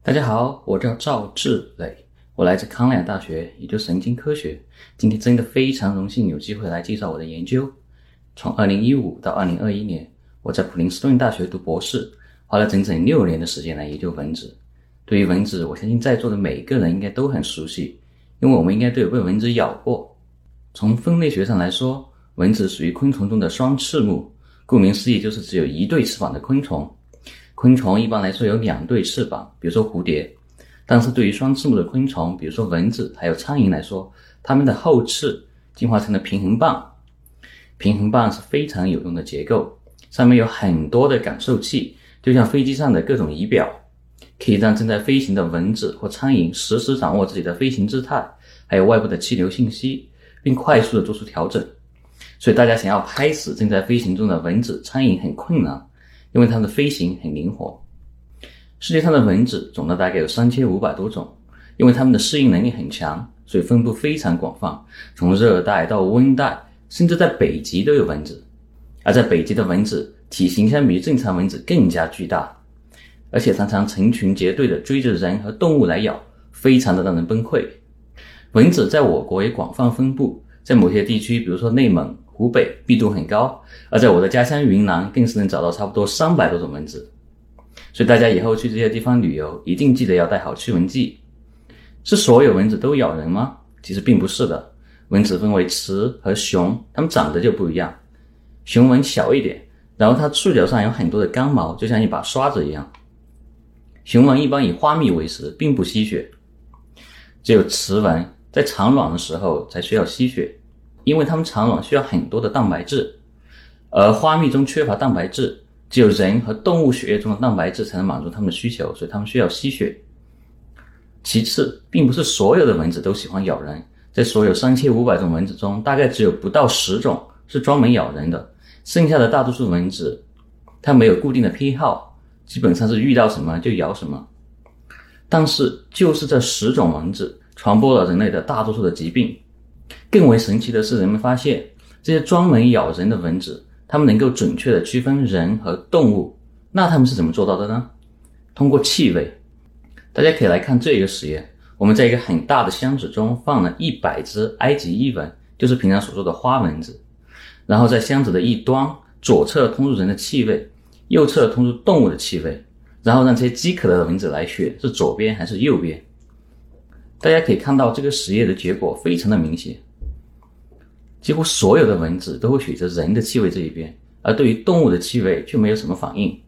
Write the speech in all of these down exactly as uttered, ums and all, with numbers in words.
大家好，我叫赵志磊，我来自康奈尔大学研究神经科学。今天真的非常荣幸有机会来介绍我的研究。从二零一五到二零二一年，我在普林斯顿大学读博士，花了整整六年的时间来研究蚊子。对于蚊子，我相信在座的每个人应该都很熟悉，因为我们应该都有被蚊子咬过。从分类学上来说，蚊子属于昆虫中的双翅目，顾名思义就是只有一对翅膀的昆虫。昆虫一般来说有两对翅膀，比如说蝴蝶，但是对于双翅目的昆虫，比如说蚊子还有苍蝇来说，它们的后翅进化成了平衡棒。平衡棒是非常有用的结构，上面有很多的感受器，就像飞机上的各种仪表，可以让正在飞行的蚊子或苍蝇实时掌握自己的飞行姿态，还有外部的气流信息，并快速的做出调整。所以大家想要拍死正在飞行中的蚊子、苍蝇很困难，因为它们的飞行很灵活。世界上的蚊子总的大概有三千五百多种，因为它们的适应能力很强，所以分布非常广泛，从热带到温带，甚至在北极都有蚊子。而在北极的蚊子体型相比于正常蚊子更加巨大，而且常常成群结队的追着人和动物来咬，非常的让人崩溃。蚊子在我国也广泛分布，在某些地区比如说内蒙、湖北密度很高，而在我的家乡云南更是能找到差不多三百多种蚊子。所以大家以后去这些地方旅游一定记得要带好驱蚊剂。是所有蚊子都咬人吗？其实并不是的，蚊子分为雌和雄，它们长得就不一样。雄蚊小一点，然后它触角上有很多的刚毛，就像一把刷子一样。雄蚊一般以花蜜为食，并不吸血。只有雌蚊在产卵的时候才需要吸血，因为它们产卵需要很多的蛋白质，而花蜜中缺乏蛋白质，只有人和动物血液中的蛋白质才能满足它们的需求，所以它们需要吸血。其次，并不是所有的蚊子都喜欢咬人，在所有三千五百种蚊子中，大概只有不到十种是专门咬人的，剩下的大多数蚊子它没有固定的偏好，基本上是遇到什么就咬什么。但是就是这十种蚊子传播了人类的大多数的疾病。更为神奇的是，人们发现这些专门咬人的蚊子，它们能够准确地区分人和动物。那它们是怎么做到的呢？通过气味。大家可以来看这个实验，我们在一个很大的箱子中放了一百只埃及伊蚊，就是平常所说的花蚊子，然后在箱子的一端左侧通入人的气味，右侧通入动物的气味，然后让这些饥渴的蚊子来选是左边还是右边。大家可以看到这个实验的结果非常的明显，几乎所有的蚊子都会选择人的气味这一边，而对于动物的气味却没有什么反应。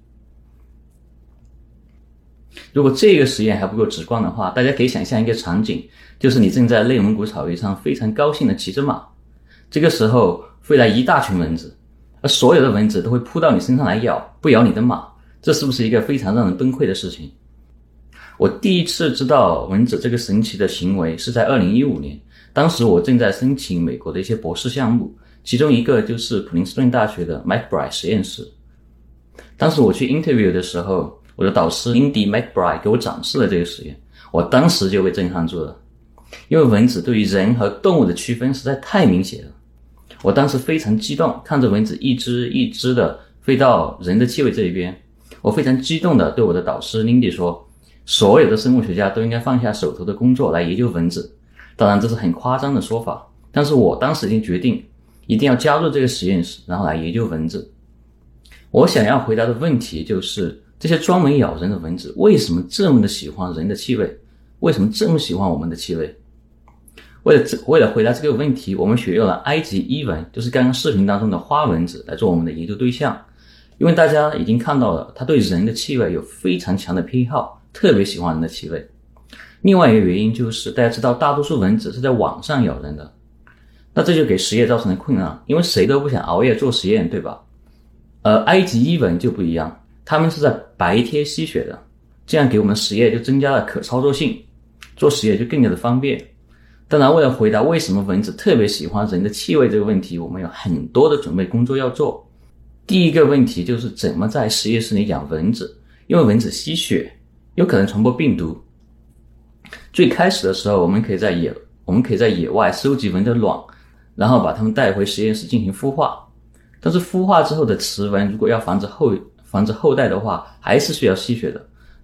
如果这个实验还不够直观的话，大家可以想象一个场景，就是你正在内蒙古草原上非常高兴的骑着马，这个时候飞来一大群蚊子，而所有的蚊子都会扑到你身上来咬，不咬你的马，这是不是一个非常让人崩溃的事情？我第一次知道蚊子这个神奇的行为是在二零一五年，当时我正在申请美国的一些博士项目，其中一个就是普林斯顿大学的 McBride 实验室。当时我去 interview 的时候，我的导师 Lindy McBride 给我展示了这个实验，我当时就被震撼住了，因为蚊子对于人和动物的区分实在太明显了。我当时非常激动，看着蚊子一只一只的飞到人的气味这一边，我非常激动的对我的导师 Lindy 说，所有的生物学家都应该放下手头的工作来研究蚊子。当然这是很夸张的说法，但是我当时已经决定一定要加入这个实验室，然后来研究蚊子。我想要回答的问题就是，这些专门咬人的蚊子为什么这么的喜欢人的气味？为什么这么喜欢我们的气味？为了为了回答这个问题，我们选用了埃及伊蚊，就是刚刚视频当中的花蚊子来做我们的研究对象。因为大家已经看到了，它对人的气味有非常强的偏好，特别喜欢人的气味。另外一个原因就是大家知道大多数蚊子是在晚上咬人的，那这就给实验造成了困难，因为谁都不想熬夜做实验，对吧？而埃及伊蚊就不一样，他们是在白天吸血的，这样给我们的实验就增加了可操作性，做实验就更加的方便。当然为了回答为什么蚊子特别喜欢人的气味这个问题，我们有很多的准备工作要做。第一个问题就是怎么在实验室里养蚊子，因为蚊子吸血有可能传播病毒。最开始的时候，我们可以在野我们可以在野外收集蚊的卵，然后把它们带回实验室进行孵化。但是孵化之后的雌蚊如果要繁殖后繁殖后代的话，还是需要吸血的。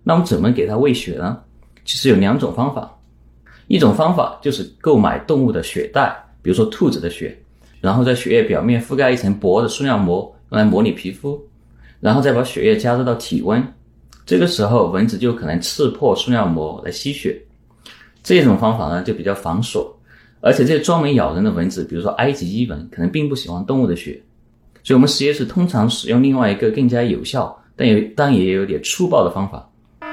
那我们怎么给它喂血呢？其实有两种方法。一种方法就是购买动物的血袋，比如说兔子的血，然后在血液表面覆盖一层薄的塑料膜，用来模拟皮肤，然后再把血液加热到体温，这个时候蚊子就可能刺破塑料膜来吸血。这种方法呢就比较繁琐，而且这些专门咬人的蚊子，比如说埃及伊蚊，可能并不喜欢动物的血，所以我们实验室通常使用另外一个更加有效但也但也有点粗暴的方法，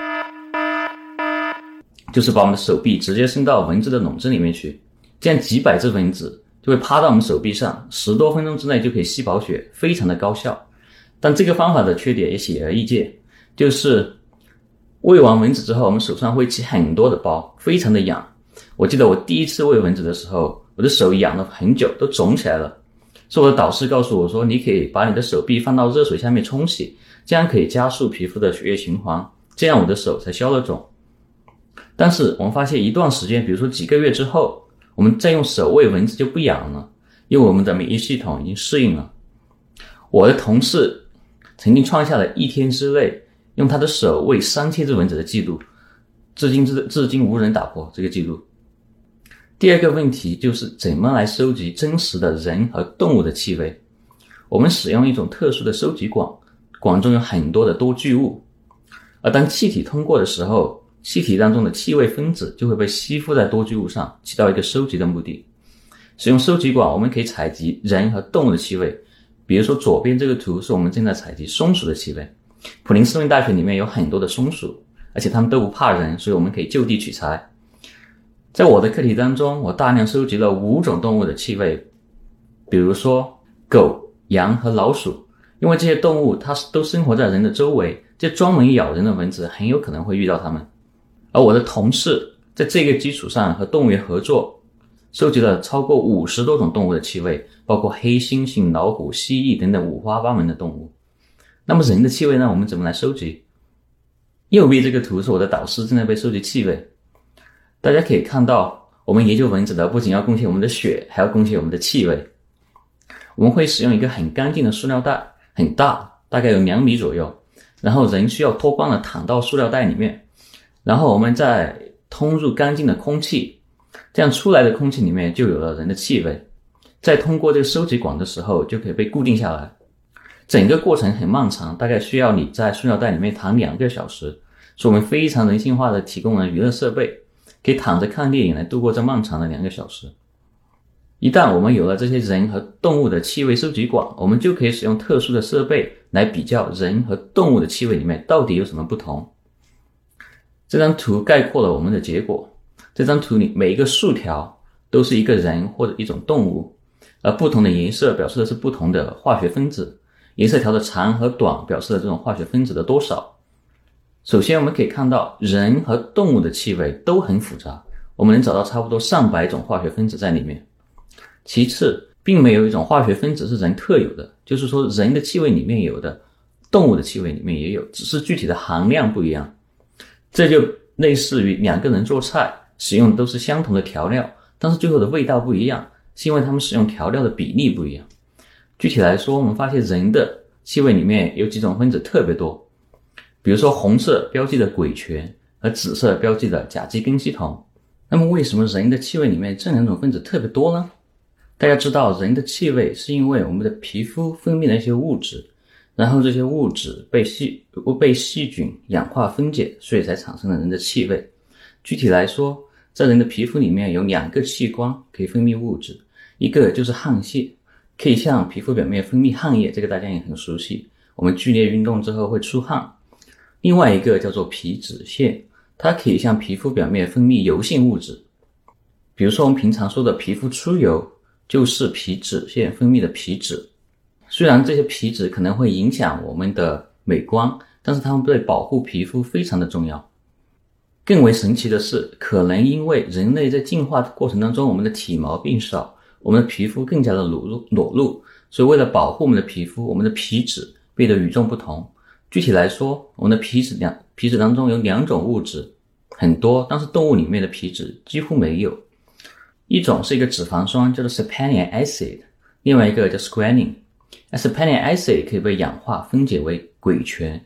就是把我们的手臂直接伸到蚊子的笼子里面去，这样几百只蚊子就会趴到我们手臂上，十多分钟之内就可以吸饱血，非常的高效。但这个方法的缺点也显而易见，就是喂完蚊子之后，我们手上会起很多的包，非常的痒。我记得我第一次喂蚊子的时候，我的手痒了很久，都肿起来了。是我的导师告诉我说，你可以把你的手臂放到热水下面冲洗，这样可以加速皮肤的血液循环，这样我的手才消了肿。但是我们发现一段时间，比如说几个月之后，我们再用手喂蚊子就不痒了，因为我们的免疫系统已经适应了。我的同事曾经创下了一天之内用他的手喂三千只蚊子的记录，至今至今无人打破这个记录。第二个问题就是怎么来收集真实的人和动物的气味。我们使用一种特殊的收集管，管中有很多的多聚物，而当气体通过的时候，气体当中的气味分子就会被吸附在多聚物上，起到一个收集的目的。使用收集管，我们可以采集人和动物的气味，比如说左边这个图是我们正在采集松鼠的气味。普林斯顿大学里面有很多的松鼠，而且它们都不怕人，所以我们可以就地取材。在我的课题当中，我大量收集了五种动物的气味，比如说狗、羊和老鼠，因为这些动物它都生活在人的周围，这专门咬人的蚊子很有可能会遇到它们。而我的同事在这个基础上和动物园合作，收集了超过五十多种动物的气味，包括黑猩猩、老虎、蜥蜴等等五花八门的动物。那么人的气味呢，我们怎么来收集？右边这个图是我的导师正在被收集气味。大家可以看到，我们研究蚊子的不仅要贡献我们的血，还要贡献我们的气味。我们会使用一个很干净的塑料袋，很大，大概有两米左右，然后人需要脱光了躺到塑料袋里面，然后我们再通入干净的空气，这样出来的空气里面就有了人的气味，再通过这个收集管的时候就可以被固定下来。整个过程很漫长，大概需要你在塑料袋里面躺两个小时，所以我们非常人性化的提供了娱乐设备，可以躺着看电影来度过这漫长的两个小时。一旦我们有了这些人和动物的气味收集管，我们就可以使用特殊的设备来比较人和动物的气味里面到底有什么不同。这张图概括了我们的结果。这张图里每一个竖条都是一个人或者一种动物，而不同的颜色表示的是不同的化学分子，颜色条的长和短表示了这种化学分子的多少。首先我们可以看到人和动物的气味都很复杂，我们能找到差不多上百种化学分子在里面。其次，并没有一种化学分子是人特有的，就是说人的气味里面有的，动物的气味里面也有，只是具体的含量不一样。这就类似于两个人做菜，使用的都是相同的调料，但是最后的味道不一样，是因为他们使用调料的比例不一样。具体来说，我们发现人的气味里面有几种分子特别多，比如说红色标记的癸醛和紫色标记的甲基苷系统。那么为什么人的气味里面这两种分子特别多呢？大家知道人的气味是因为我们的皮肤分泌了一些物质，然后这些物质被细被细菌氧化分解，所以才产生了人的气味。具体来说，在人的皮肤里面有两个器官可以分泌物质，一个就是汗腺，可以向皮肤表面分泌汗液，这个大家也很熟悉，我们剧烈运动之后会出汗。另外一个叫做皮脂腺，它可以向皮肤表面分泌油性物质，比如说我们平常说的皮肤出油，就是皮脂腺分泌的皮脂。虽然这些皮脂可能会影响我们的美观，但是它们对保护皮肤非常的重要。更为神奇的是，可能因为人类在进化的过程当中，我们的体毛变少，我们的皮肤更加的裸露裸露，所以为了保护我们的皮肤，我们的皮脂变得与众不同。具体来说，我们的皮脂两皮脂当中有两种物质很多，但是动物里面的皮脂几乎没有。一种是一个脂肪酸叫做 saponin acid， 另外一个叫 squalene。 saponin acid 可以被氧化分解为癸醛，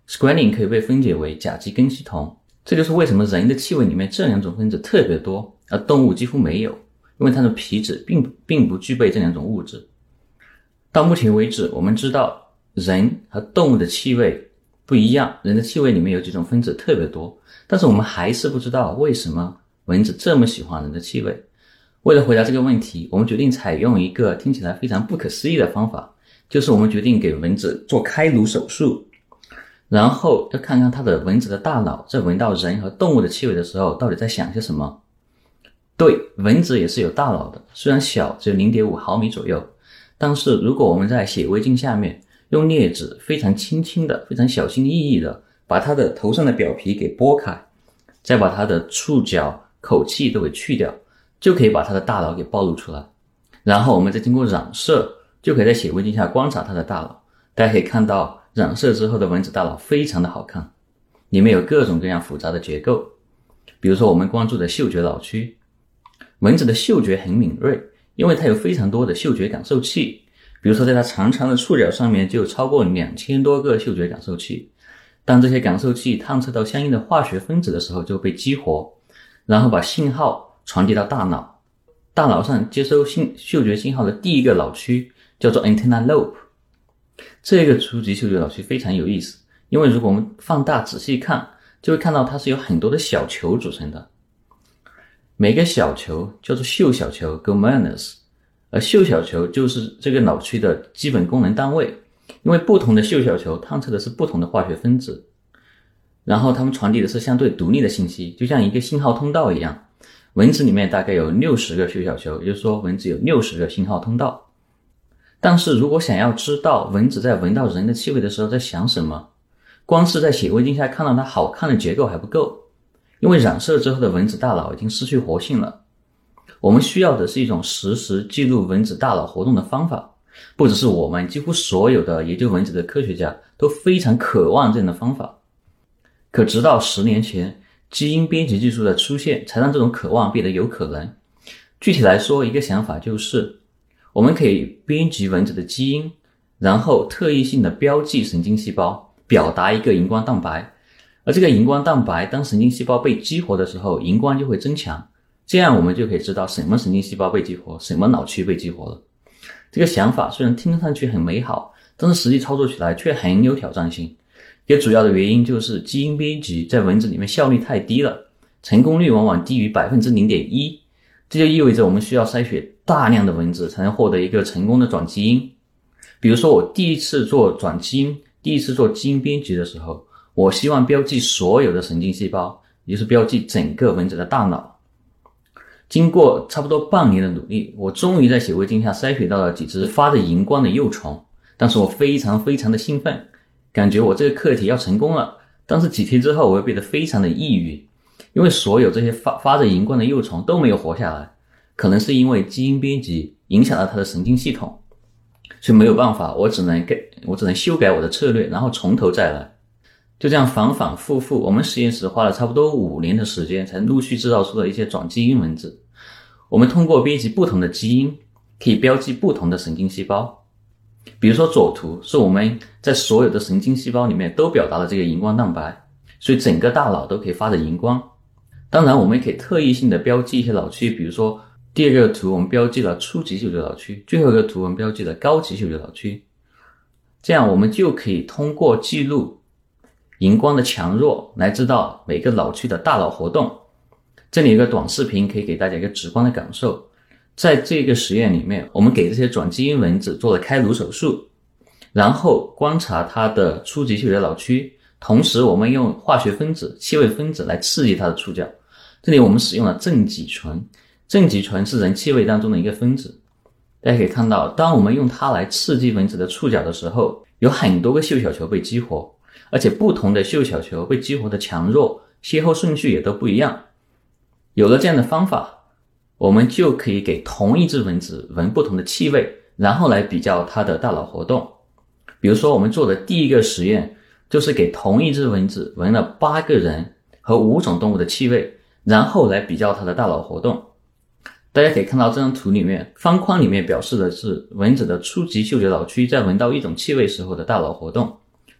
squalene 可以被分解为甲基苷系酮，这就是为什么人的气味里面这两种分子特别多，而动物几乎没有，因为它的皮质并并不具备这两种物质。到目前为止，我们知道人和动物的气味不一样，人的气味里面有几种分子特别多，但是我们还是不知道为什么蚊子这么喜欢人的气味。为了回答这个问题，我们决定采用一个听起来非常不可思议的方法，就是我们决定给蚊子做开颅手术，然后要看看它的蚊子的大脑在闻到人和动物的气味的时候到底在想些什么。对，蚊子也是有大脑的，虽然小，只有 零点五毫米左右，但是如果我们在显微镜下面用镊子非常轻轻的非常小心翼翼的把它的头上的表皮给剥开，再把它的触角口气都给去掉，就可以把它的大脑给暴露出来。然后我们再经过染色，就可以在显微镜下观察它的大脑。大家可以看到染色之后的蚊子大脑非常的好看，里面有各种各样复杂的结构。比如说我们关注的嗅觉脑区，蚊子的嗅觉很敏锐，因为它有非常多的嗅觉感受器，比如说在它长长的触角上面就有超过两千多个嗅觉感受器。当这些感受器探测到相应的化学分子的时候就被激活，然后把信号传递到大脑。大脑上接收信嗅觉信号的第一个脑区叫做 antenna lobe。 这个初级嗅觉脑区非常有意思，因为如果我们放大仔细看，就会看到它是由很多的小球组成的，每个小球叫做嗅小球 glomerulus， 而嗅小球就是这个脑区的基本功能单位，因为不同的嗅小球探测的是不同的化学分子，然后它们传递的是相对独立的信息，就像一个信号通道一样。蚊子里面大概有六十个嗅小球，也就是说蚊子有六十个信号通道。但是如果想要知道蚊子在闻到人的气味的时候在想什么，光是在显微镜下看到它好看的结构还不够，因为染色之后的蚊子大脑已经失去活性了。我们需要的是一种实时记录蚊子大脑活动的方法，不只是我们，几乎所有的研究蚊子的科学家都非常渴望这样的方法。可直到十年前，基因编辑技术的出现才让这种渴望变得有可能。具体来说，一个想法就是我们可以编辑蚊子的基因，然后特异性的标记神经细胞，表达一个荧光蛋白，而这个荧光蛋白当神经细胞被激活的时候，荧光就会增强，这样我们就可以知道什么神经细胞被激活，什么脑区被激活了。这个想法虽然听上去很美好，但是实际操作起来却很有挑战性。一个主要的原因就是基因编辑在蚊子里面效率太低了，成功率往往低于 百分之零点一， 这就意味着我们需要筛选大量的蚊子才能获得一个成功的转基因。比如说我第一次做转基因，第一次做基因编辑的时候，我希望标记所有的神经细胞，也就是标记整个蚊子的大脑。经过差不多半年的努力，我终于在显微镜下筛选到了几只发着荧光的幼虫，但是我非常非常的兴奋，感觉我这个课题要成功了。但是几天之后我又变得非常的抑郁，因为所有这些发发着荧光的幼虫都没有活下来，可能是因为基因编辑影响了它的神经系统，所以没有办法，我只能给我只能修改我的策略，然后从头再来。就这样反反复复，我们实验室花了差不多五年的时间才陆续制造出了一些转基因蚊子。我们通过编辑不同的基因，可以标记不同的神经细胞。比如说左图是我们在所有的神经细胞里面都表达了这个荧光蛋白，所以整个大脑都可以发着荧光。当然我们也可以特异性的标记一些脑区，比如说第二个图我们标记了初级嗅觉脑区，最后一个图我们标记了高级嗅觉脑区。这样我们就可以通过记录荧光的强弱来知道每个脑区的大脑活动。这里有个短视频可以给大家一个直观的感受。在这个实验里面，我们给这些转基因蚊子做了开颅手术，然后观察它的初级嗅觉脑区，同时我们用化学分子气味分子来刺激它的触角。这里我们使用了正己醇，正己醇是人气味当中的一个分子。大家可以看到，当我们用它来刺激蚊子的触角的时候，有很多个嗅小球被激活，而且不同的嗅小球被激活的强弱先后顺序也都不一样。有了这样的方法，我们就可以给同一只蚊子闻不同的气味，然后来比较它的大脑活动。比如说我们做的第一个实验就是给同一只蚊子闻了八个人和五种动物的气味，然后来比较它的大脑活动。大家可以看到这张图里面，方框里面表示的是蚊子的初级嗅觉脑区在闻到一种气味时候的大脑活动，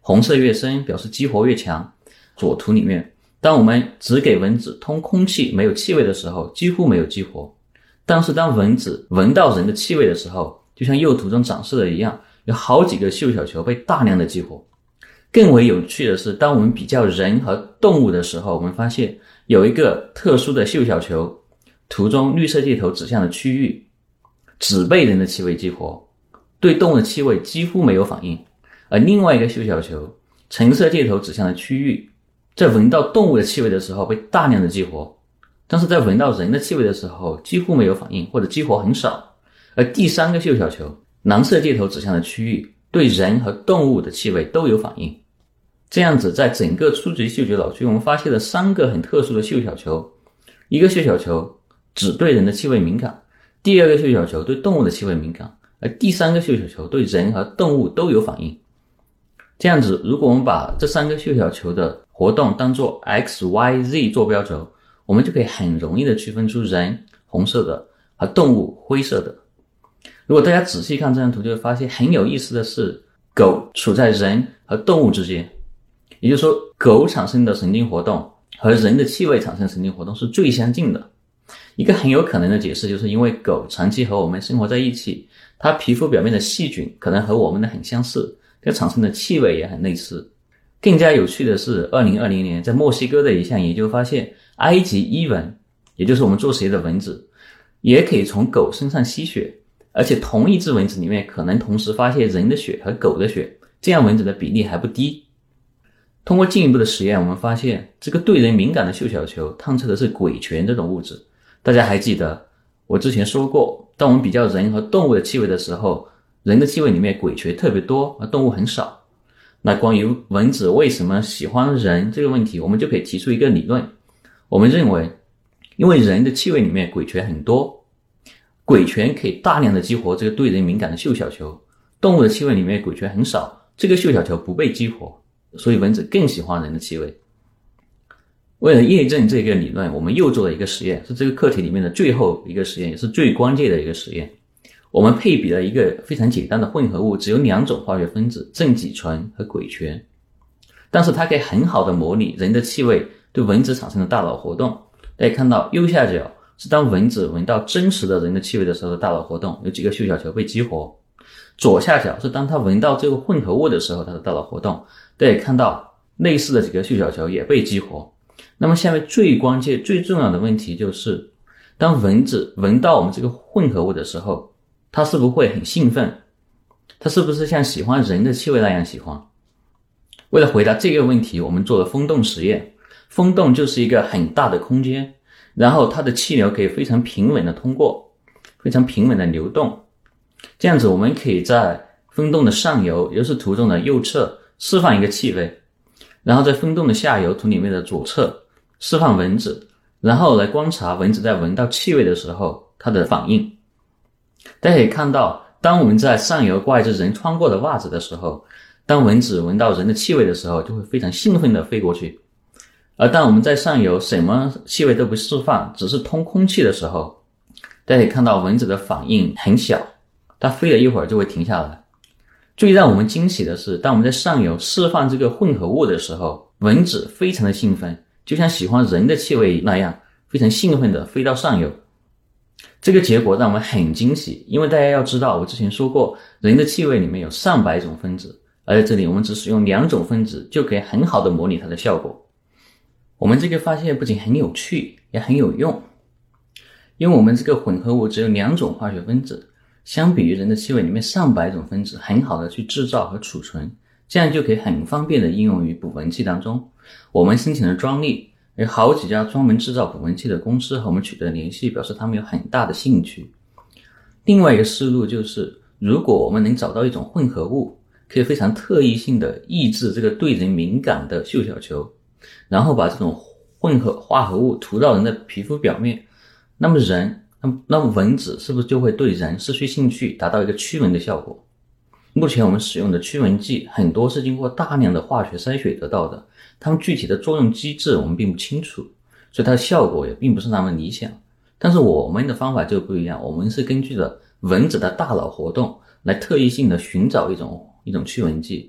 红色越深表示激活越强。左图里面，当我们只给蚊子通空气没有气味的时候，几乎没有激活。但是当蚊子闻到人的气味的时候，就像右图中展示的一样，有好几个嗅小球被大量的激活。更为有趣的是，当我们比较人和动物的时候，我们发现有一个特殊的嗅小球，图中绿色箭头指向的区域只被人的气味激活，对动物的气味几乎没有反应。而另外一个嗅小球橙色箭头指向的区域，在闻到动物的气味的时候被大量的激活，但是在闻到人的气味的时候几乎没有反应，或者激活很少。而第三个嗅小球蓝色箭头指向的区域，对人和动物的气味都有反应。这样子，在整个初级嗅觉脑区，我们发现了三个很特殊的嗅小球。一个嗅小球只对人的气味敏感，第二个嗅小球对动物的气味敏感，而第三个嗅小球对人和动物都有反应。这样子，如果我们把这三个嗅小球的活动当作 X Y Z 坐标轴，我们就可以很容易的区分出人红色的和动物灰色的。如果大家仔细看这张图，就会发现很有意思的是，狗处在人和动物之间，也就是说，狗产生的神经活动和人的气味产生神经活动是最相近的。一个很有可能的解释，就是因为狗长期和我们生活在一起，它皮肤表面的细菌可能和我们的很相似，这产生的气味也很类似。更加有趣的是，二零二零年在墨西哥的一项研究发现，埃及伊蚊，也就是我们做实验的蚊子，也可以从狗身上吸血，而且同一只蚊子里面可能同时发现人的血和狗的血，这样蚊子的比例还不低。通过进一步的实验，我们发现这个对人敏感的嗅小球探测的是癸醛这种物质。大家还记得我之前说过，当我们比较人和动物的气味的时候，人的气味里面癸醛特别多，而动物很少。那关于蚊子为什么喜欢人这个问题，我们就可以提出一个理论。我们认为，因为人的气味里面癸醛很多，癸醛可以大量的激活这个对人敏感的嗅小球，动物的气味里面癸醛很少，这个嗅小球不被激活，所以蚊子更喜欢人的气味。为了验证这个理论，我们又做了一个实验，是这个课题里面的最后一个实验，也是最关键的一个实验。我们配比了一个非常简单的混合物，只有两种化学分子，正己醇和癸醛，但是它可以很好的模拟人的气味对蚊子产生的大脑活动。大家看到右下角是当蚊子闻到真实的人的气味的时候的大脑活动，有几个嗅小球被激活。左下角是当它闻到这个混合物的时候它的大脑活动，大家看到类似的几个嗅小球也被激活。那么下面最关键最重要的问题就是，当蚊子闻到我们这个混合物的时候，它是不是会很兴奋？它是不是像喜欢人的气味那样喜欢？为了回答这个问题，我们做了风洞实验。风洞就是一个很大的空间，然后它的气流可以非常平稳的通过，非常平稳的流动。这样子我们可以在风洞的上游，也就是图中的右侧释放一个气味，然后在风洞的下游，图里面的左侧释放蚊子，然后来观察蚊子在闻到气味的时候它的反应。大家可以看到，当我们在上游挂一只人穿过的袜子的时候，当蚊子闻到人的气味的时候就会非常兴奋地飞过去。而当我们在上游什么气味都不释放，只是通空气的时候，大家可以看到蚊子的反应很小，它飞了一会儿就会停下来。最让我们惊喜的是，当我们在上游释放这个混合物的时候，蚊子非常的兴奋，就像喜欢人的气味那样，非常兴奋地飞到上游。这个结果让我们很惊喜，因为大家要知道，我之前说过，人的气味里面有上百种分子，而在这里我们只使用两种分子就可以很好的模拟它的效果。我们这个发现不仅很有趣，也很有用，因为我们这个混合物只有两种化学分子，相比于人的气味里面上百种分子，很好的去制造和储存，这样就可以很方便的应用于捕蚊器当中。我们申请了专利，有好几家专门制造捕蚊器的公司和我们取得联系，表示他们有很大的兴趣。另外一个思路就是，如果我们能找到一种混合物，可以非常特异性的抑制这个对人敏感的嗅小球，然后把这种混合化合物涂到人的皮肤表面，那么人那么蚊子是不是就会对人失去兴趣，达到一个驱蚊的效果？目前我们使用的驱蚊剂很多是经过大量的化学筛选得到的，它们具体的作用机制我们并不清楚，所以它的效果也并不是那么理想。但是我们的方法就不一样，我们是根据了蚊子的大脑活动来特异性的寻找一种一种驱蚊剂。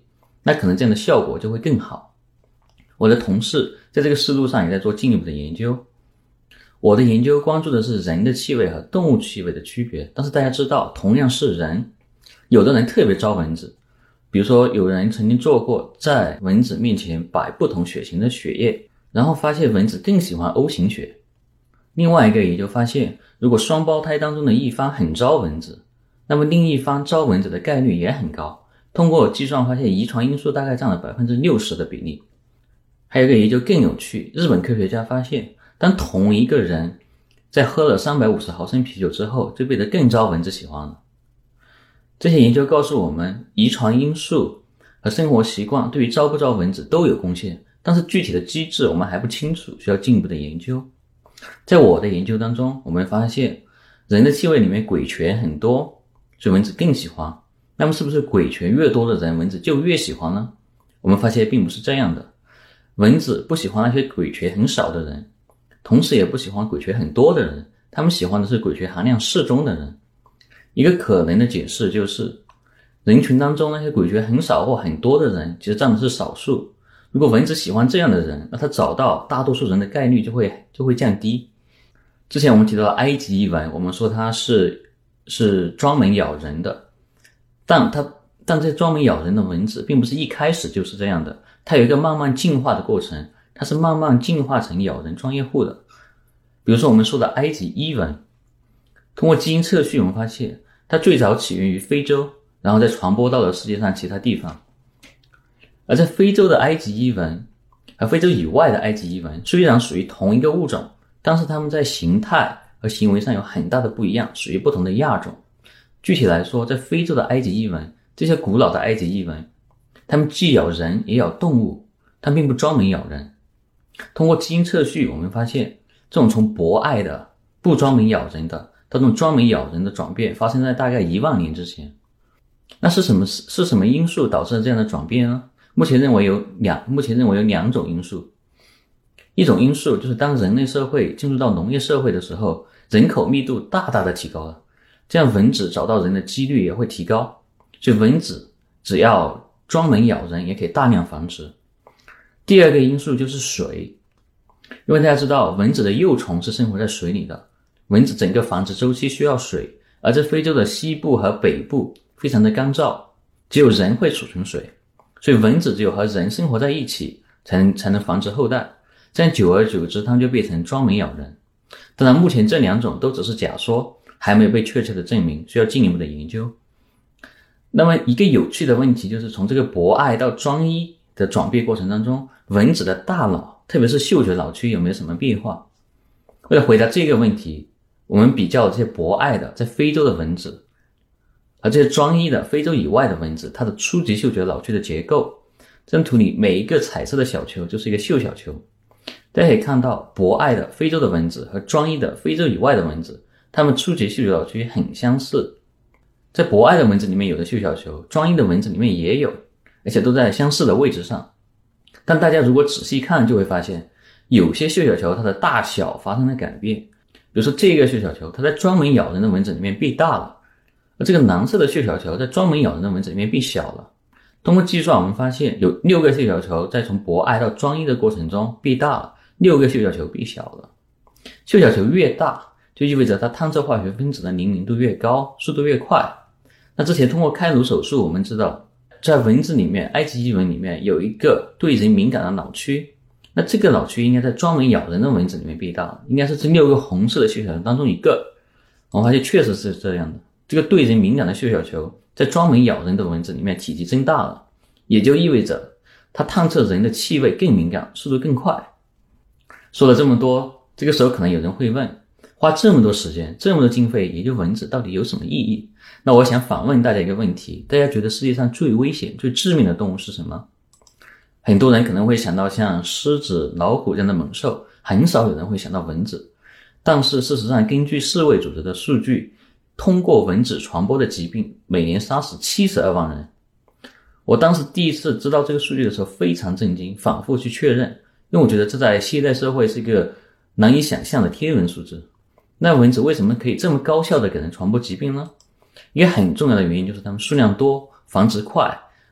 那可能这样的效果就会更好。我的同事在这个思路上也在做进一步的研究。我的研究关注的是人的气味和动物气味的区别，但是大家知道，同样是人，有的人特别招蚊子，比如说有人曾经做过在蚊子面前摆不同血型的血液，然后发现蚊子更喜欢 O 型血。另外一个也就发现，如果双胞胎当中的一方很招蚊子，那么另一方招蚊子的概率也很高。通过计算发现，遗传因素大概占了 百分之六十 的比例。还有一个研究更有趣，日本科学家发现，当同一个人在喝了三百五十毫升啤酒之后，就变得更招蚊子喜欢了。这些研究告诉我们，遗传因素和生活习惯对于招不招蚊子都有贡献，但是具体的机制我们还不清楚，需要进一步的研究。在我的研究当中，我们发现人的气味里面鬼醛很多，所以蚊子更喜欢。那么是不是鬼醛越多的人蚊子就越喜欢呢？我们发现并不是这样的，蚊子不喜欢那些鬼醛很少的人，同时也不喜欢鬼醛很多的人，他们喜欢的是鬼醛含量适中的人。一个可能的解释就是，人群当中那些鬼醛很少或很多的人其实占的是少数，如果蚊子喜欢这样的人，那它找到大多数人的概率就会就会降低。之前我们提到埃及异蚊，我们说它是是专门咬人的，但它但这专门咬人的蚊子并不是一开始就是这样的，它有一个慢慢进化的过程，它是慢慢进化成咬人专业户的。比如说我们说的埃及异蚊，通过基因测序我们发现它最早起源于非洲，然后再传播到了世界上其他地方。而在非洲的埃及异蚊和非洲以外的埃及异蚊虽然属于同一个物种，但是它们在形态和行为上有很大的不一样，属于不同的亚种。具体来说，在非洲的埃及异蚊，这些古老的埃及异蚊，它们既咬人也咬动物，它并不专门咬人。通过基因测序我们发现，这种从博爱的不专门咬人的到这种专门咬人的转变发生在大概一万年之前。那是什么是什么因素导致了这样的转变呢？目前认为有两目前认为有两种因素。一种因素就是当人类社会进入到农业社会的时候，人口密度大大的提高了，这样蚊子找到人的几率也会提高，所以蚊子只要专门咬人也可以大量繁殖。第二个因素就是水，因为大家知道蚊子的幼虫是生活在水里的，蚊子整个繁殖周期需要水，而在非洲的西部和北部非常的干燥，只有人会储存水，所以蚊子只有和人生活在一起才能才能繁殖后代，这样久而久之它们就变成专门咬人。当然目前这两种都只是假说，还没有被确切的证明，需要进一步的研究。那么一个有趣的问题就是，从这个博爱到专一的转变过程当中，蚊子的大脑特别是嗅觉脑区有没有什么变化？为了回答这个问题，我们比较这些博爱的在非洲的蚊子和这些专一的非洲以外的蚊子，它的初级嗅觉脑区的结构。这张图里每一个彩色的小球就是一个嗅小球，大家可以看到博爱的非洲的蚊子和专一的非洲以外的蚊子，它们初级嗅觉脑区很相似。在博爱的蚊子里面有的嗅小球，专一的蚊子里面也有，而且都在相似的位置上。但大家如果仔细看就会发现，有些嗅小球它的大小发生了改变。比如说这个嗅小球它在专门咬人的蚊子里面变大了，而这个蓝色的嗅小球在专门咬人的蚊子里面变小了。通过计算我们发现有六个嗅小球在从博爱到专一的过程中变大了，六个嗅小球变小了。嗅小球越大就意味着它探测化学分子的灵敏度越高，速度越快。那之前通过开颅手术我们知道，在蚊子里面，埃及异蚊里面有一个对人敏感的脑区，那这个脑区应该在专门咬人的蚊子里面变大，应该是这六个红色的嗅小球当中一个。我发现确实是这样的，这个对人敏感的嗅小球在专门咬人的蚊子里面体积增大了，也就意味着它探测人的气味更敏感，速度更快。说了这么多，这个时候可能有人会问，花这么多时间这么多经费研究蚊子到底有什么意义？那我想反问大家一个问题，大家觉得世界上最危险最致命的动物是什么？很多人可能会想到像狮子、老虎这样的猛兽，很少有人会想到蚊子。但是事实上根据世卫组织的数据，通过蚊子传播的疾病每年杀死七十二万人。我当时第一次知道这个数据的时候非常震惊，反复去确认，因为我觉得这在现代社会是一个难以想象的天文数字。那蚊子为什么可以这么高效的给人传播疾病呢？一个很重要的原因就是它们数量多，繁殖快，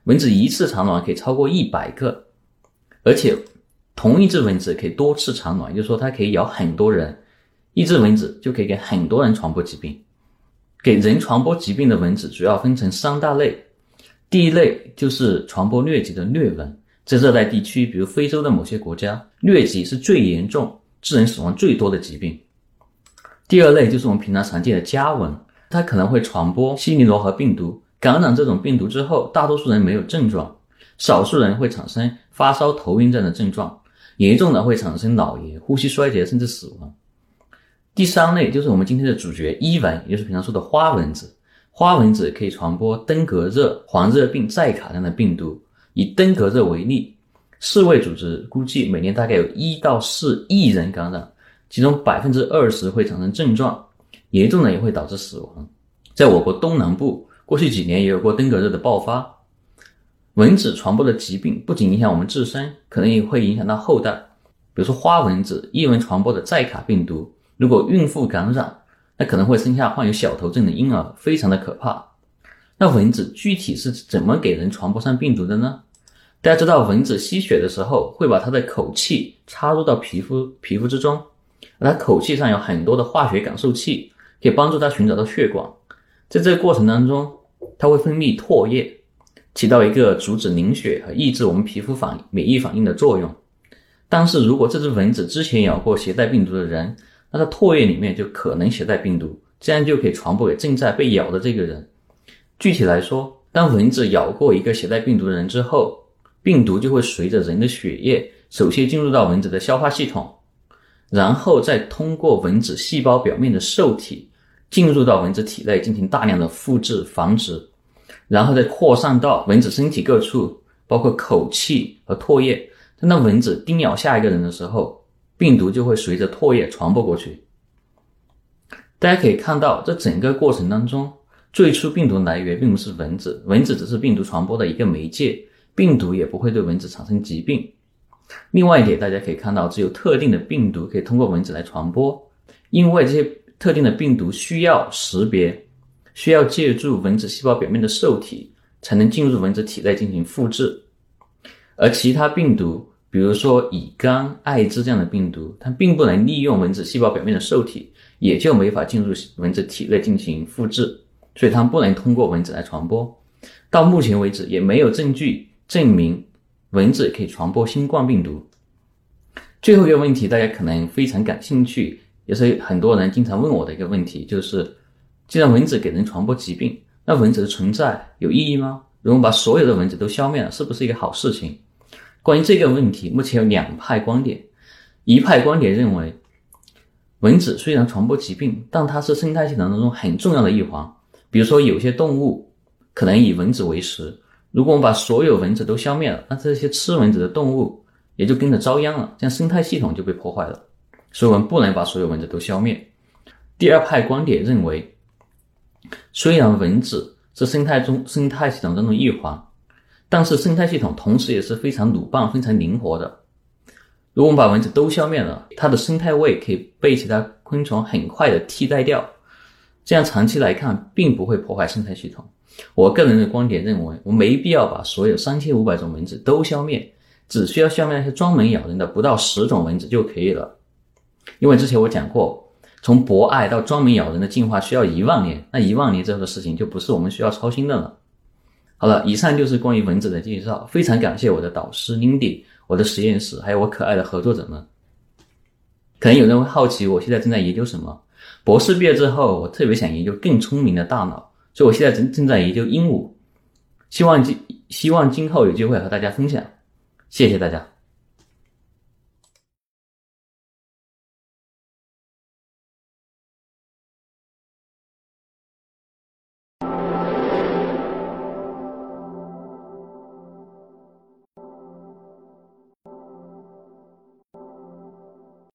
蚊子一次产卵可以超过一百个，而且同一只蚊子可以多次产卵，也就是说它可以咬很多人，一只蚊子就可以给很多人传播疾病。给人传播疾病的蚊子主要分成三大类，第一类就是传播疟疾的疟蚊，在热带地区比如非洲的某些国家，疟疾是最严重致人死亡最多的疾病。第二类就是我们平常常见的家蚊，它可能会传播希尼罗河病毒，感染这种病毒之后，大多数人没有症状，少数人会产生发烧、头晕这样的症状，严重的会产生脑炎、呼吸衰竭甚至死亡。第三类就是我们今天的主角伊蚊，也就是平常说的花蚊子。花蚊子可以传播登革热、黄热病、寨卡这样的病毒。以登革热为例，世卫组织估计每年大概有一到四亿人感染，其中 百分之二十 会产生症状，严重的也会导致死亡。在我国东南部，过去几年也有过登革热的爆发。蚊子传播的疾病不仅影响我们自身，可能也会影响到后代。比如说花蚊子、伊蚊传播的寨卡病毒，如果孕妇感染，那可能会生下患有小头症的婴儿，非常的可怕。那蚊子具体是怎么给人传播上病毒的呢？大家知道蚊子吸血的时候会把它的口气插入到皮肤皮肤之中，而它口气上有很多的化学感受器，可以帮助它寻找到血管。在这个过程当中，它会分泌唾液，起到一个阻止凝血和抑制我们皮肤反免疫反应的作用。但是如果这只蚊子之前咬过携带病毒的人，那它唾液里面就可能携带病毒，这样就可以传播给正在被咬的这个人。具体来说，当蚊子咬过一个携带病毒的人之后，病毒就会随着人的血液首先进入到蚊子的消化系统，然后再通过蚊子细胞表面的受体进入到蚊子体内进行大量的复制繁殖，然后再扩散到蚊子身体各处，包括口气和唾液。当蚊子叮咬下一个人的时候，病毒就会随着唾液传播过去。大家可以看到，这整个过程当中，最初病毒来源并不是蚊子，蚊子只是病毒传播的一个媒介，病毒也不会对蚊子产生疾病。另外一点，大家可以看到，只有特定的病毒可以通过蚊子来传播，因为这些特定的病毒需要识别，需要借助蚊子细胞表面的受体才能进入蚊子体内进行复制。而其他病毒，比如说乙肝、艾滋这样的病毒，它并不能利用蚊子细胞表面的受体，也就没法进入蚊子体内进行复制，所以它们不能通过蚊子来传播。到目前为止，也没有证据证明蚊子可以传播新冠病毒。最后一个问题，大家可能非常感兴趣，也是很多人经常问我的一个问题，就是既然蚊子给人传播疾病，那蚊子的存在有意义吗？如果把所有的蚊子都消灭了，是不是一个好事情？关于这个问题，目前有两派观点。一派观点认为，蚊子虽然传播疾病，但它是生态系统当中很重要的一环。比如说有些动物可能以蚊子为食，如果我们把所有蚊子都消灭了，那这些吃蚊子的动物也就跟着遭殃了，这样生态系统就被破坏了。所以我们不能把所有蚊子都消灭。第二派观点认为，虽然蚊子是生态中生态系统当中一环，但是生态系统同时也是非常鲁棒、非常灵活的。如果我们把蚊子都消灭了，它的生态位可以被其他昆虫很快的替代掉，这样长期来看并不会破坏生态系统。我个人的观点认为，我没必要把所有三千五百种蚊子都消灭，只需要消灭那些专门咬人的不到十种蚊子就可以了。因为之前我讲过，从博爱到专门咬人的进化需要一万年，那一万年之后的事情就不是我们需要操心的了。好了，以上就是关于蚊子的介绍，非常感谢我的导师 Lindy， 我的实验室，还有我可爱的合作者们。可能有人会好奇我现在正在研究什么，博士毕业之后，我特别想研究更聪明的大脑，所以我现在正正在研究鹦鹉，希望希望今后有机会和大家分享，谢谢大家。